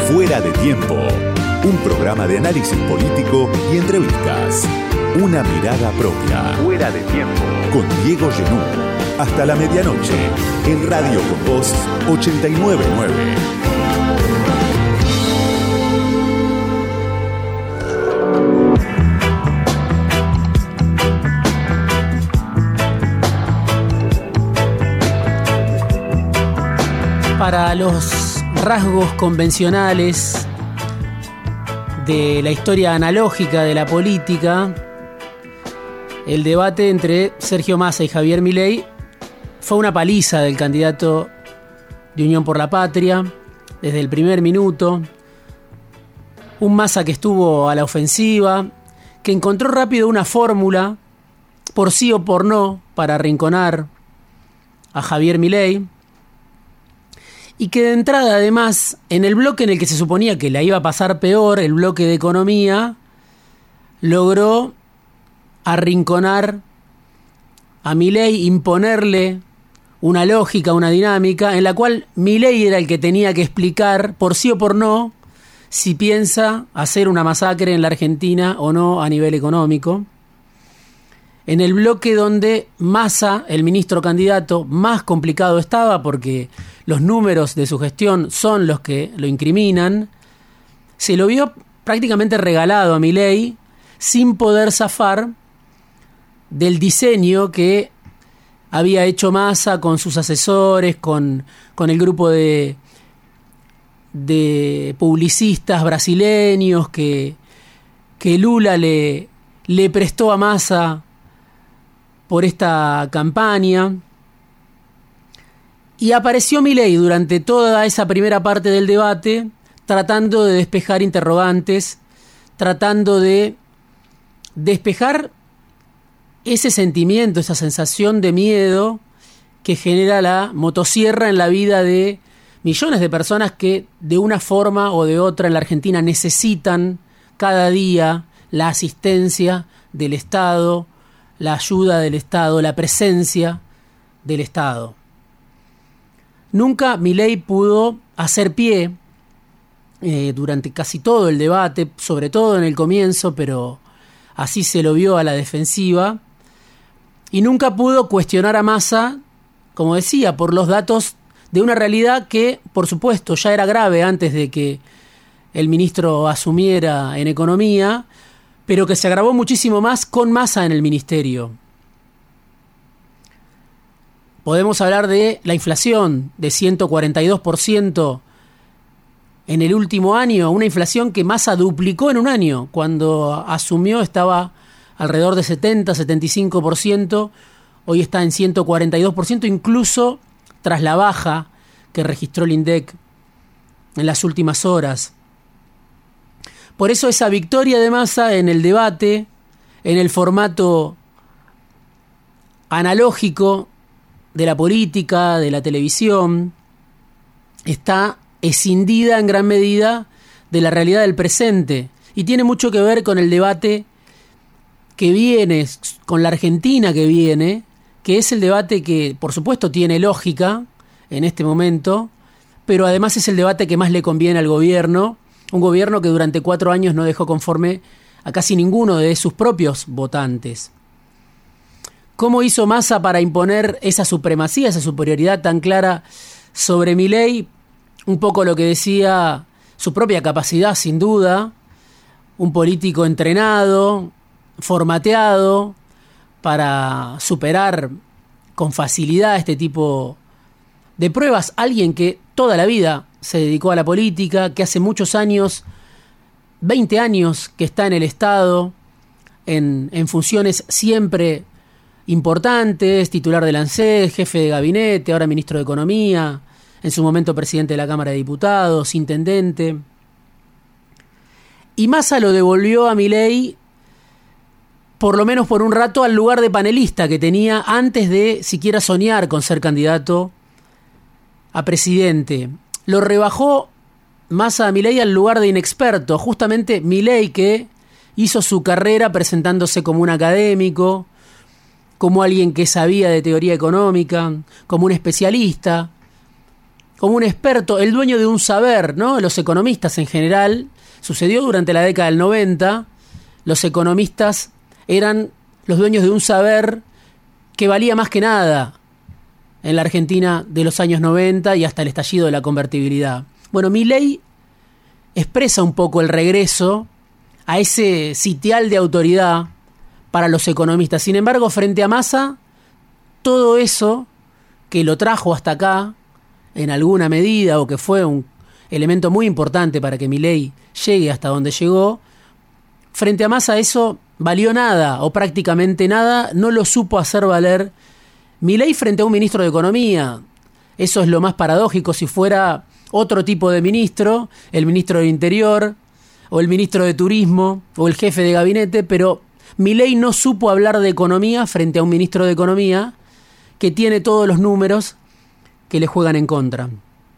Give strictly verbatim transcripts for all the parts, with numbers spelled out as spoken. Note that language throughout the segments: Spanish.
Fuera de Tiempo, un programa de análisis político y entrevistas. Una mirada propia. Fuera de Tiempo. Con Diego Genú. Hasta la medianoche. En Radio Con Voz ochenta y nueve punto nueve. Para los rasgos convencionales de la historia analógica de la política, el debate entre Sergio Massa y Javier Milei fue una paliza del candidato de Unión por la Patria desde el primer minuto. Un Massa que estuvo a la ofensiva, que encontró rápido una fórmula, por sí o por no, para arrinconar a Javier Milei. Y que de entrada, además, en el bloque en el que se suponía que la iba a pasar peor, el bloque de economía, logró arrinconar a Milei, imponerle una lógica, una dinámica, en la cual Milei era el que tenía que explicar, por sí o por no, si piensa hacer una masacre en la Argentina o no a nivel económico. En el bloque donde Massa, el ministro candidato, más complicado estaba porque los números de su gestión son los que lo incriminan, se lo vio prácticamente regalado a Milei sin poder zafar del diseño que había hecho Massa con sus asesores, con, con el grupo de, de publicistas brasileños que, que Lula le, le prestó a Massa por esta campaña. Y apareció Milei durante toda esa primera parte del debate tratando de despejar interrogantes, tratando de despejar ese sentimiento, esa sensación de miedo que genera la motosierra en la vida de millones de personas que de una forma o de otra en la Argentina necesitan cada día la asistencia del Estado, la ayuda del Estado, la presencia del Estado. Nunca Milei pudo hacer pie eh, durante casi todo el debate, sobre todo en el comienzo, pero así se lo vio a la defensiva, y nunca pudo cuestionar a Massa, como decía, por los datos de una realidad que, por supuesto, ya era grave antes de que el ministro asumiera en Economía, pero que se agravó muchísimo más con Massa en el ministerio. Podemos hablar de la inflación de ciento cuarenta y dos por ciento en el último año, una inflación que Massa duplicó en un año. Cuando asumió estaba alrededor de setenta, setenta y cinco por ciento, hoy está en ciento cuarenta y dos por ciento, incluso tras la baja que registró el INDEC en las últimas horas. Por eso esa victoria de Massa en el debate, en el formato analógico de la política, de la televisión, está escindida en gran medida de la realidad del presente y tiene mucho que ver con el debate que viene, con la Argentina que viene, que es el debate que, por supuesto, tiene lógica en este momento, pero además es el debate que más le conviene al gobierno. Un gobierno que durante cuatro años no dejó conforme a casi ninguno de sus propios votantes. ¿Cómo hizo Massa para imponer esa supremacía, esa superioridad tan clara sobre Milei? Un poco lo que decía su propia capacidad, sin duda. Un político entrenado, formateado para superar con facilidad este tipo de pruebas. Alguien que toda la vida se dedicó a la política, que hace muchos años, veinte años, que está en el Estado, en, en funciones siempre importantes, titular del ANSES, jefe de gabinete, ahora ministro de Economía, en su momento presidente de la Cámara de Diputados, intendente. Y Massa lo devolvió a Milei, por lo menos por un rato, al lugar de panelista que tenía antes de siquiera soñar con ser candidato a presidente. Lo rebajó Massa a Milei al lugar de inexperto, justamente Milei, que hizo su carrera presentándose como un académico, como alguien que sabía de teoría económica, como un especialista, como un experto, el dueño de un saber, ¿no? Los economistas en general, sucedió durante la década del noventa, los economistas eran los dueños de un saber que valía más que nada en la Argentina de los años noventa y hasta el estallido de la convertibilidad. Bueno, Milei expresa un poco el regreso a ese sitial de autoridad para los economistas. Sin embargo, frente a Massa, todo eso que lo trajo hasta acá, en alguna medida, o que fue un elemento muy importante para que Milei llegue hasta donde llegó, frente a Massa eso valió nada, o prácticamente nada, no lo supo hacer valer Milei frente a un ministro de Economía. Eso es lo más paradójico. Si fuera otro tipo de ministro, el ministro del Interior, o el ministro de Turismo, o el jefe de gabinete, pero Milei no supo hablar de economía frente a un ministro de Economía que tiene todos los números que le juegan en contra.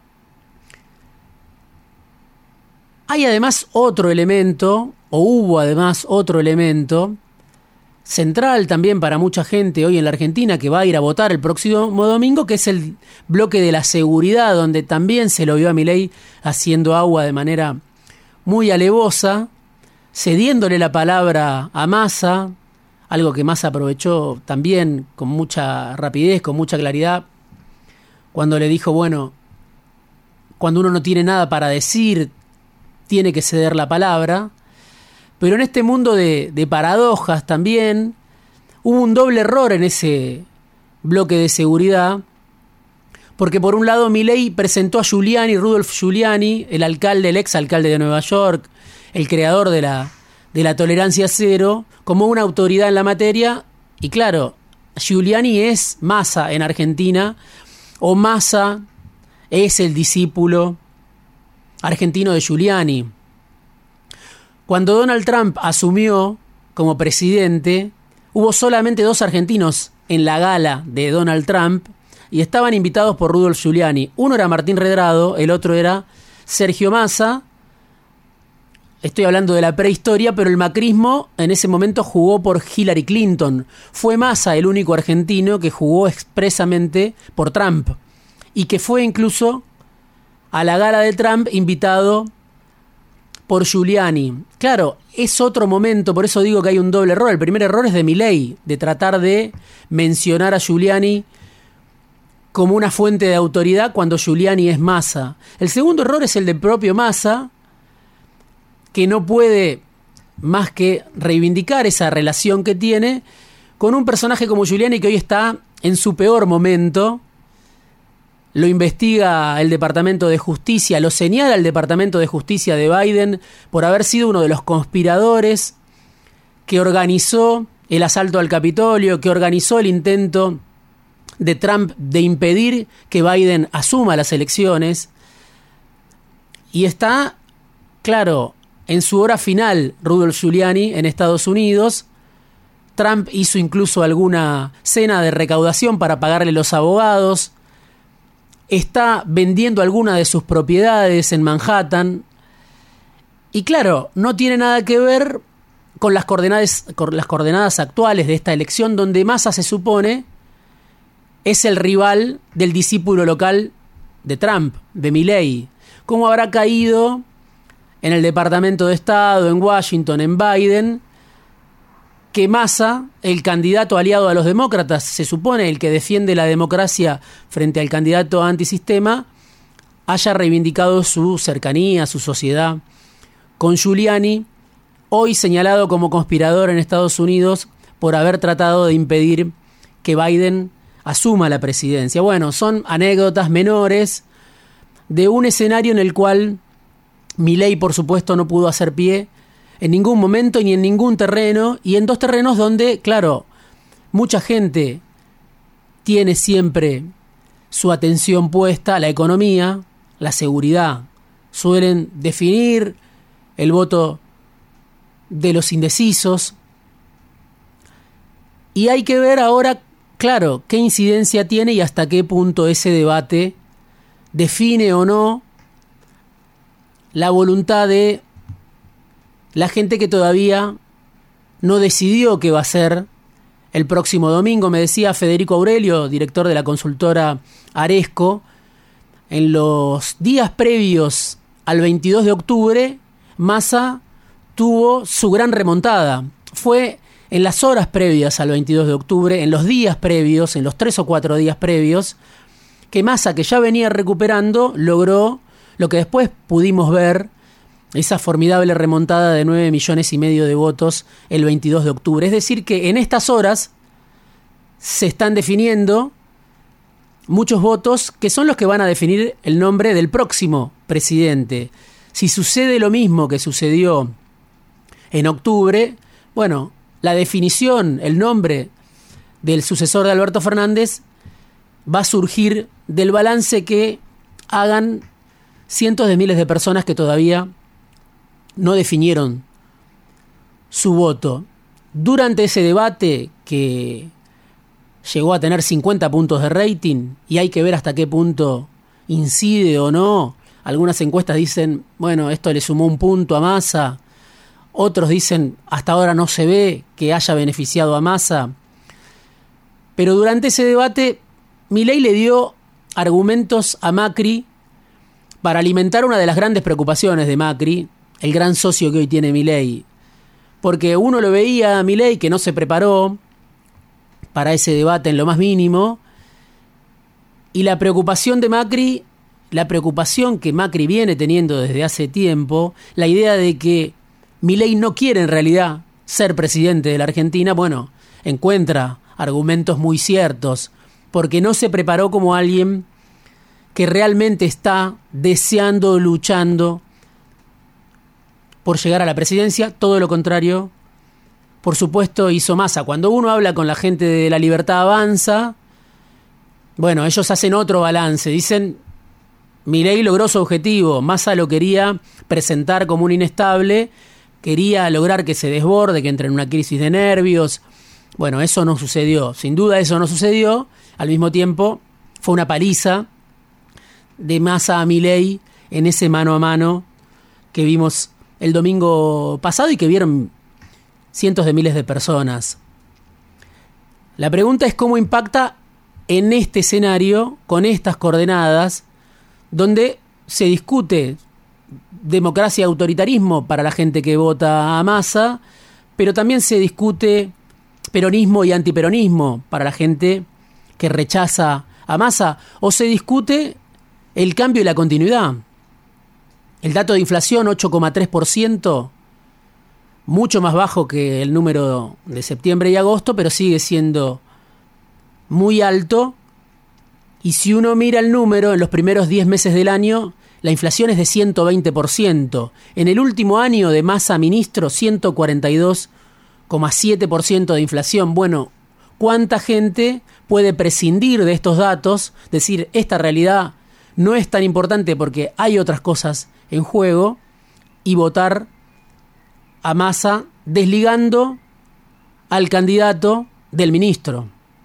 Hay además otro elemento, o hubo además otro elemento, central también para mucha gente hoy en la Argentina que va a ir a votar el próximo domingo, que es el bloque de la seguridad, donde también se lo vio a Milei haciendo agua de manera muy alevosa, cediéndole la palabra a Massa, algo que Massa aprovechó también con mucha rapidez, con mucha claridad, cuando le dijo, bueno, cuando uno no tiene nada para decir, tiene que ceder la palabra. Pero en este mundo de, de paradojas también hubo un doble error en ese bloque de seguridad, porque por un lado Milei presentó a Giuliani, Rudolph Giuliani, el alcalde, el ex alcalde de Nueva York, el creador de la, de la tolerancia cero, como una autoridad en la materia. Y claro, Giuliani es Massa en Argentina, o Massa es el discípulo argentino de Giuliani. Cuando Donald Trump asumió como presidente, hubo solamente dos argentinos en la gala de Donald Trump y estaban invitados por Rudolph Giuliani. Uno era Martín Redrado, el otro era Sergio Massa. Estoy hablando de la prehistoria, pero el macrismo en ese momento jugó por Hillary Clinton. Fue Massa el único argentino que jugó expresamente por Trump y que fue incluso a la gala de Trump invitado por Giuliani. Claro, es otro momento, por eso digo que hay un doble error. El primer error es de Milei, de tratar de mencionar a Giuliani como una fuente de autoridad cuando Giuliani es Massa. El segundo error es el del propio Massa, que no puede más que reivindicar esa relación que tiene con un personaje como Giuliani que hoy está en su peor momento. Lo investiga el Departamento de Justicia, lo señala el Departamento de Justicia de Biden por haber sido uno de los conspiradores que organizó el asalto al Capitolio, que organizó el intento de Trump de impedir que Biden asuma las elecciones. Y está, claro, en su hora final Rudolph Giuliani en Estados Unidos. Trump hizo incluso alguna cena de recaudación para pagarle los abogados. Está vendiendo alguna de sus propiedades en Manhattan. Y claro, no tiene nada que ver con las coordenadas, con las coordenadas actuales de esta elección, donde Massa se supone es el rival del discípulo local de Trump, de Milei. ¿Cómo habrá caído en el Departamento de Estado, en Washington, en Biden, que Massa, el candidato aliado a los demócratas, se supone el que defiende la democracia frente al candidato antisistema, haya reivindicado su cercanía, su sociedad con Giuliani, hoy señalado como conspirador en Estados Unidos por haber tratado de impedir que Biden asuma la presidencia? Bueno, son anécdotas menores de un escenario en el cual Milei, por supuesto, no pudo hacer pie en ningún momento ni en ningún terreno, y en dos terrenos donde, claro, mucha gente tiene siempre su atención puesta: la economía, la seguridad. Suelen definir el voto de los indecisos. Y hay que ver ahora, claro, qué incidencia tiene y hasta qué punto ese debate define o no la voluntad de la gente que todavía no decidió qué va a hacer el próximo domingo. Me decía Federico Aurelio, director de la consultora Aresco, en los días previos al veintidós de octubre, Massa tuvo su gran remontada. Fue en las horas previas al veintidós de octubre, en los días previos, en los tres o cuatro días previos, que Massa, que ya venía recuperando, logró lo que después pudimos ver, esa formidable remontada de nueve millones y medio de votos el veintidós de octubre. Es decir, que en estas horas se están definiendo muchos votos que son los que van a definir el nombre del próximo presidente. Si sucede lo mismo que sucedió en octubre, bueno, la definición, el nombre del sucesor de Alberto Fernández va a surgir del balance que hagan cientos de miles de personas que todavía no definieron su voto. Durante ese debate, que llegó a tener cincuenta puntos de rating, y hay que ver hasta qué punto incide o no. Algunas encuestas dicen, bueno, esto le sumó un punto a Massa. Otros dicen, hasta ahora no se ve que haya beneficiado a Massa. Pero durante ese debate, Milei le dio argumentos a Macri para alimentar una de las grandes preocupaciones de Macri, el gran socio que hoy tiene Milei. Porque uno lo veía a Milei que no se preparó para ese debate en lo más mínimo, y la preocupación de Macri, la preocupación que Macri viene teniendo desde hace tiempo, la idea de que Milei no quiere en realidad ser presidente de la Argentina, bueno, encuentra argumentos muy ciertos, porque no se preparó como alguien que realmente está deseando, luchando por llegar a la presidencia. Todo lo contrario, por supuesto, hizo Massa. Cuando uno habla con la gente de La Libertad Avanza, bueno, ellos hacen otro balance. Dicen, Milei logró su objetivo, Massa lo quería presentar como un inestable, quería lograr que se desborde, que entre en una crisis de nervios. Bueno, eso no sucedió. Sin duda eso no sucedió. Al mismo tiempo, fue una paliza de Massa a Milei en ese mano a mano que vimos el domingo pasado y que vieron cientos de miles de personas. La pregunta es cómo impacta en este escenario, con estas coordenadas, donde se discute democracia y autoritarismo para la gente que vota a Massa, pero también se discute peronismo y antiperonismo para la gente que rechaza a Massa, o se discute el cambio y la continuidad. El dato de inflación, ocho coma tres por ciento, mucho más bajo que el número de septiembre y agosto, pero sigue siendo muy alto. Y si uno mira el número, en los primeros diez meses del año, la inflación es de ciento veinte por ciento. En el último año de Massa ministro, ciento cuarenta y dos coma siete por ciento de inflación. Bueno, ¿cuánta gente puede prescindir de estos datos? Decir, esta realidad no es tan importante porque hay otras cosas en juego, y votar a Massa desligando al candidato del ministro.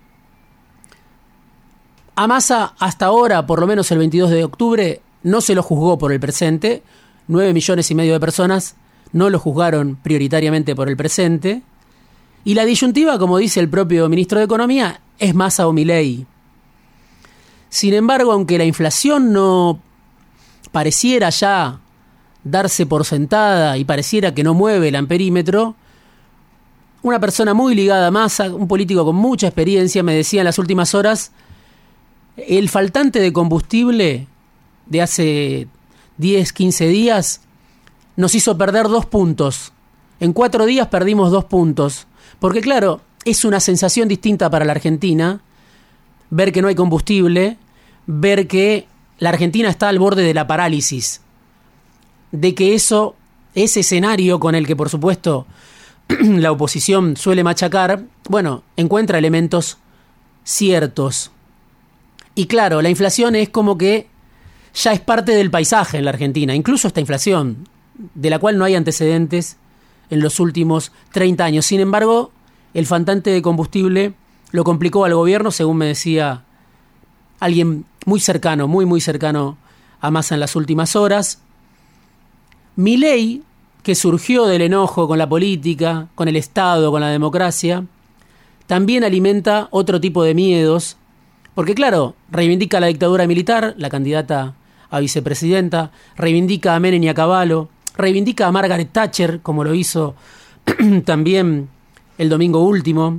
A Massa hasta ahora, por lo menos el veintidós de octubre, no se lo juzgó por el presente. Nueve millones y medio de personas no lo juzgaron prioritariamente por el presente. Y la disyuntiva, como dice el propio ministro de Economía, es Massa o Milei. Sin embargo, aunque la inflación no pareciera ya darse por sentada y pareciera que no mueve el amperímetro, una persona muy ligada a Massa, un político con mucha experiencia, me decía en las últimas horas, el faltante de combustible de hace diez, quince días nos hizo perder dos puntos. En cuatro días perdimos dos puntos. Porque claro, es una sensación distinta para la Argentina ver que no hay combustible, ver que la Argentina está al borde de la parálisis, de que eso, ese escenario con el que por supuesto la oposición suele machacar, bueno, encuentra elementos ciertos. Y claro, la inflación es como que ya es parte del paisaje en la Argentina, incluso esta inflación, de la cual no hay antecedentes en los últimos treinta años. Sin embargo, el faltante de combustible lo complicó al gobierno, según me decía alguien muy cercano, muy muy cercano a Massa en las últimas horas. Milei, que surgió del enojo con la política, con el Estado, con la democracia, también alimenta otro tipo de miedos, Porque claro, reivindica la dictadura militar, la candidata a vicepresidenta, reivindica a Menem y a Cavallo, reivindica a Margaret Thatcher, como lo hizo también el domingo último,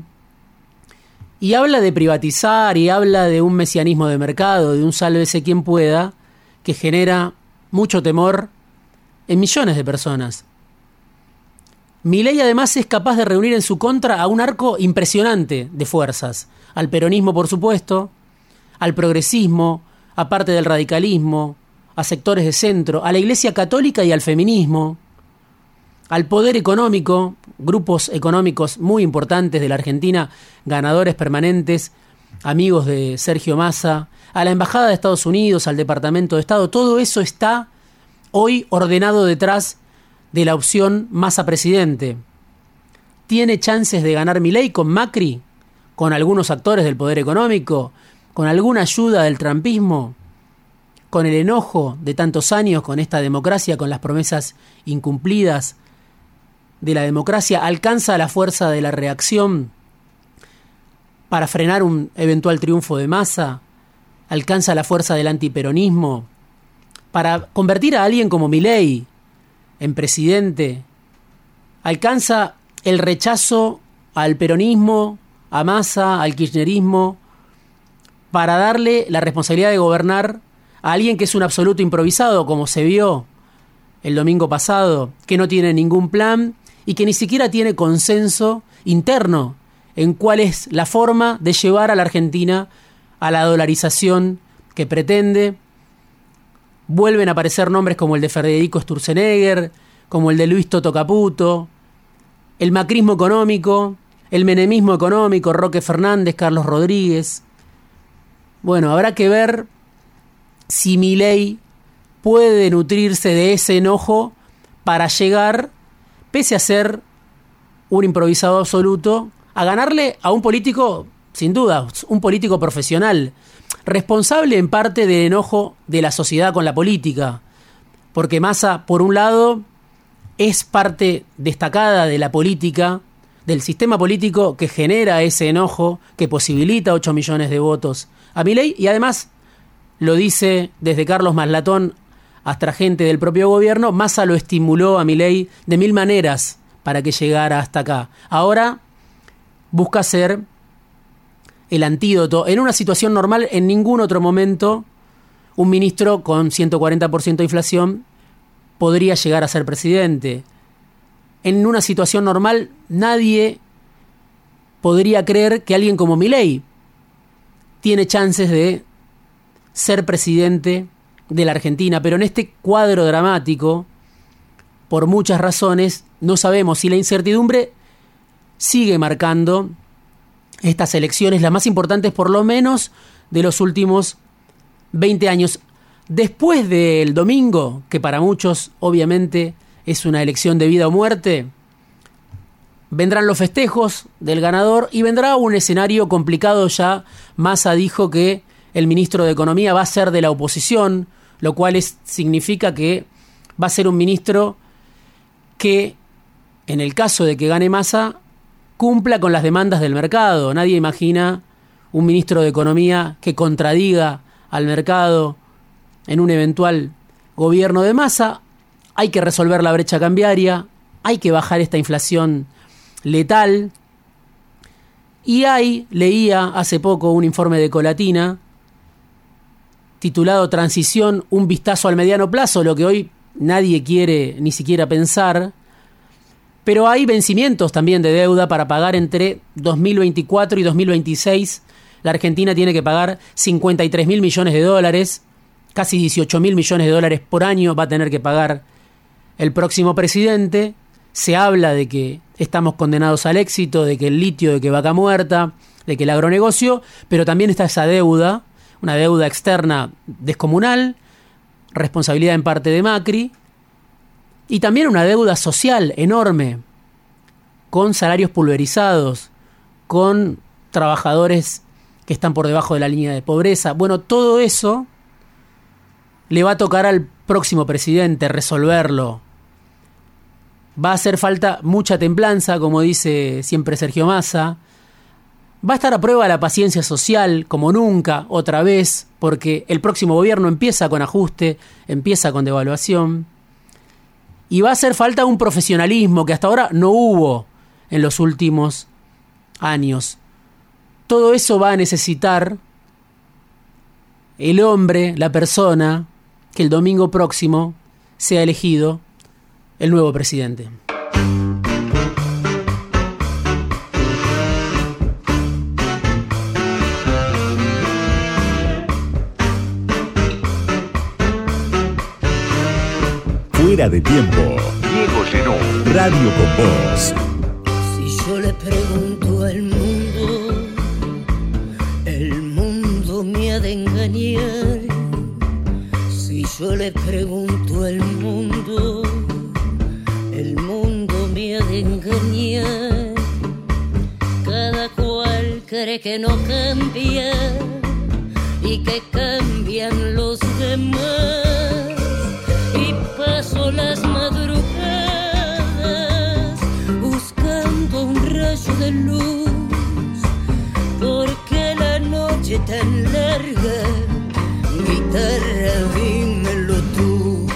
y habla de privatizar y habla de un mesianismo de mercado, de un sálvese quien pueda, que genera mucho temor en millones de personas. Milei además es capaz de reunir en su contra a un arco impresionante de fuerzas, al peronismo por supuesto, al progresismo, a parte del radicalismo, a sectores de centro, a la Iglesia Católica y al feminismo, al poder económico, grupos económicos muy importantes de la Argentina, ganadores permanentes, amigos de Sergio Massa, a la Embajada de Estados Unidos, al Departamento de Estado. Todo eso está hoy ordenado detrás de la opción Massa presidente. ¿Tiene chances de ganar Milei con Macri? ¿Con algunos actores del poder económico? ¿Con alguna ayuda del trumpismo? ¿Con el enojo de tantos años con esta democracia, con las promesas incumplidas de la democracia? ¿Alcanza la fuerza de la reacción para frenar un eventual triunfo de Massa? ¿Alcanza la fuerza del antiperonismo para convertir a alguien como Milei en presidente? ¿Alcanza el rechazo al peronismo, a Massa, al kirchnerismo, para darle la responsabilidad de gobernar a alguien que es un absoluto improvisado, como se vio el domingo pasado, que no tiene ningún plan y que ni siquiera tiene consenso interno en cuál es la forma de llevar a la Argentina a la dolarización que pretende? Vuelven a aparecer nombres como el de Federico Sturzenegger, como el de Luis Toto Caputo, el macrismo económico, el menemismo económico, Roque Fernández, Carlos Rodríguez. Bueno, habrá que ver si Milei puede nutrirse de ese enojo para llegar, pese a ser un improvisado absoluto, a ganarle a un político, sin duda, un político profesional, responsable en parte del enojo de la sociedad con la política, porque Massa, por un lado, es parte destacada de la política, del sistema político que genera ese enojo, que posibilita ocho millones de votos a Milei, y además, lo dice desde Carlos Maslatón hasta gente del propio gobierno, Massa lo estimuló a Milei de mil maneras para que llegara hasta acá. Ahora busca ser el antídoto. En una situación normal, en ningún otro momento, un ministro con ciento cuarenta por ciento de inflación podría llegar a ser presidente. En una situación normal, nadie podría creer que alguien como Milei tiene chances de ser presidente de la Argentina, pero en este cuadro dramático, por muchas razones, no sabemos si la incertidumbre sigue marcando estas elecciones, las más importantes por lo menos de los últimos veinte años. Después del domingo, que para muchos obviamente es una elección de vida o muerte, vendrán los festejos del ganador y vendrá un escenario complicado ya. Massa dijo que el ministro de Economía va a ser de la oposición, lo cual es, significa que va a ser un ministro que, en el caso de que gane Massa, cumpla con las demandas del mercado. Nadie imagina un ministro de Economía que contradiga al mercado en un eventual gobierno de Massa. Hay que resolver la brecha cambiaria, hay que bajar esta inflación letal. Y hay, leía hace poco un informe de Colatina titulado Transición, un vistazo al mediano plazo, lo que hoy nadie quiere ni siquiera pensar. Pero hay vencimientos también de deuda para pagar entre dos mil veinticuatro y dos mil veintiséis. La Argentina tiene que pagar cincuenta y tres mil millones de dólares, casi dieciocho mil millones de dólares por año va a tener que pagar el próximo presidente. Se habla de que estamos condenados al éxito, de que el litio, de que vaca muerta, de que el agronegocio, pero también está esa deuda, una deuda externa descomunal, responsabilidad en parte de Macri, y también una deuda social enorme, con salarios pulverizados, con trabajadores que están por debajo de la línea de pobreza. Bueno, todo eso le va a tocar al próximo presidente resolverlo. Va a hacer falta mucha templanza, como dice siempre Sergio Massa. Va a estar a prueba la paciencia social, como nunca, otra vez, porque el próximo gobierno empieza con ajuste, empieza con devaluación. Y va a hacer falta un profesionalismo que hasta ahora no hubo en los últimos años. Todo eso va a necesitar el hombre, la persona, que el domingo próximo sea elegido el nuevo presidente. Fuera de tiempo. Diego Genú. Radio con Voz. Si yo le pregunto al mundo, el mundo me ha de engañar. Si yo le pregunto al mundo, el mundo me ha de engañar. Cada cual cree que no cambia y que cambian los demás. Y paso las madrugadas buscando un rayo de luz, porque la noche tan larga, guitarra, dímelo tú.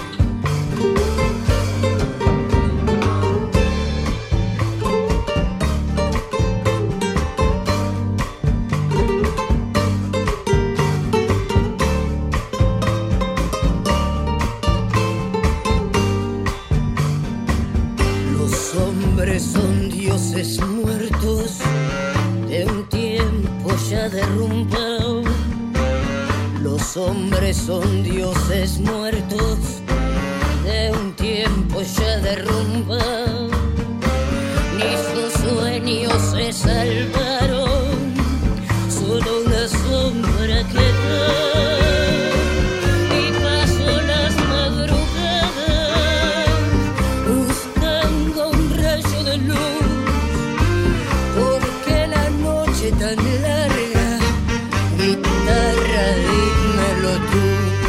Son dioses muertos de un tiempo ya derrumbado. Los hombres son dioses muertos de un tiempo ya derrumbado. Ni sus sueños se salvaron, solo una sombra quedó. Tan larga, guitarra, dímelo tú.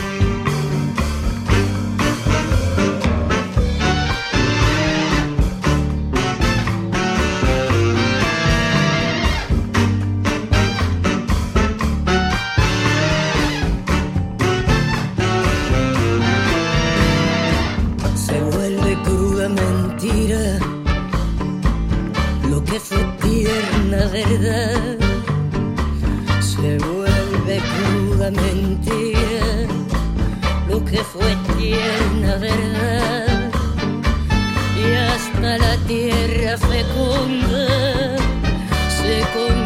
Se vuelve cruda mentira lo que fue tierna verdad. Se vuelve cruda mentira lo que fue tierna verdad. Y hasta la tierra fecunda se convierte